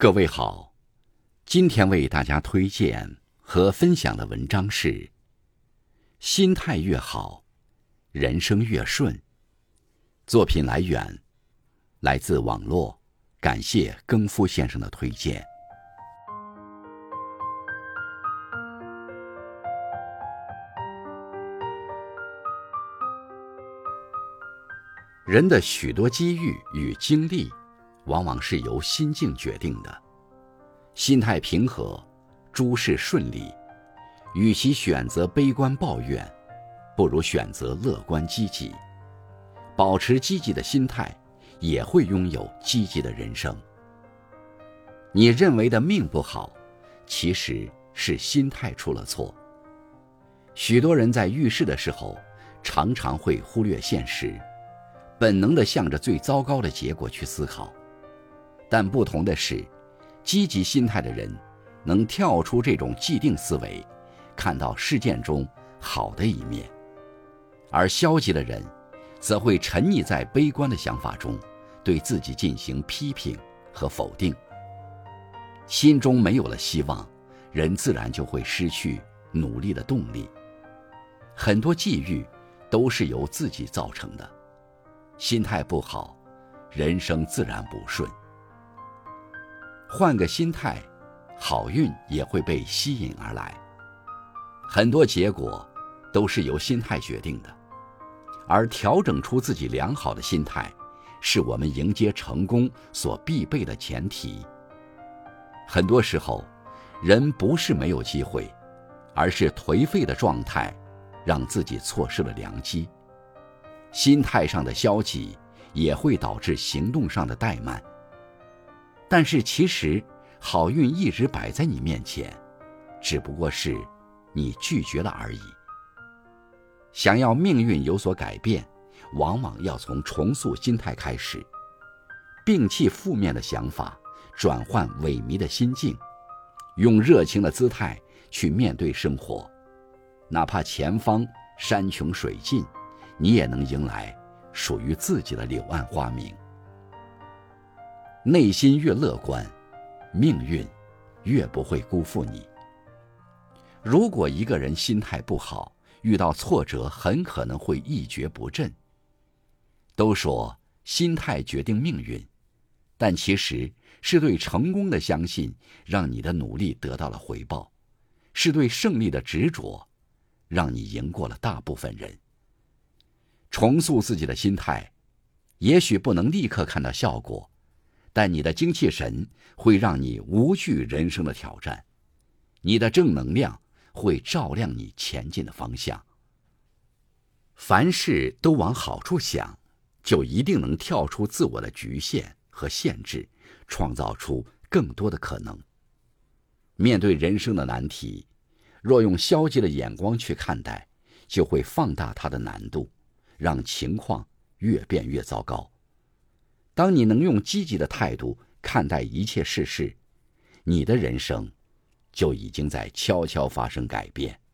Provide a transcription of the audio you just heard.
各位好，今天为大家推荐和分享的文章是心态越好，人生越顺。作品来源来自网络，感谢更夫先生的推荐。人的许多机遇与经历往往是由心境决定的。心态平和，诸事顺利，与其选择悲观抱怨，不如选择乐观积极。保持积极的心态，也会拥有积极的人生。你认为的命不好，其实是心态出了错。许多人在遇事的时候，常常会忽略现实，本能地向着最糟糕的结果去思考。但不同的是，积极心态的人能跳出这种既定思维，看到事件中好的一面，而消极的人则会沉溺在悲观的想法中，对自己进行批评和否定。心中没有了希望，人自然就会失去努力的动力。很多际遇都是由自己造成的，心态不好，人生自然不顺。换个心态，好运也会被吸引而来。很多结果都是由心态决定的，而调整出自己良好的心态，是我们迎接成功所必备的前提。很多时候，人不是没有机会，而是颓废的状态让自己错失了良机。心态上的消极也会导致行动上的怠慢。但是其实好运一直摆在你面前，只不过是你拒绝了而已。想要命运有所改变，往往要从重塑心态开始，摒弃负面的想法，转换萎靡的心境，用热情的姿态去面对生活。哪怕前方山穷水尽，你也能迎来属于自己的柳暗花明。内心越乐观，命运越不会辜负你。如果一个人心态不好，遇到挫折很可能会一蹶不振。都说心态决定命运，但其实是对成功的相信，让你的努力得到了回报，是对胜利的执着，让你赢过了大部分人。重塑自己的心态，也许不能立刻看到效果，但你的精气神会让你无惧人生的挑战，你的正能量会照亮你前进的方向。凡事都往好处想，就一定能跳出自我的局限和限制，创造出更多的可能。面对人生的难题，若用消极的眼光去看待，就会放大它的难度，让情况越变越糟糕。当你能用积极的态度看待一切世事，你的人生就已经在悄悄发生改变。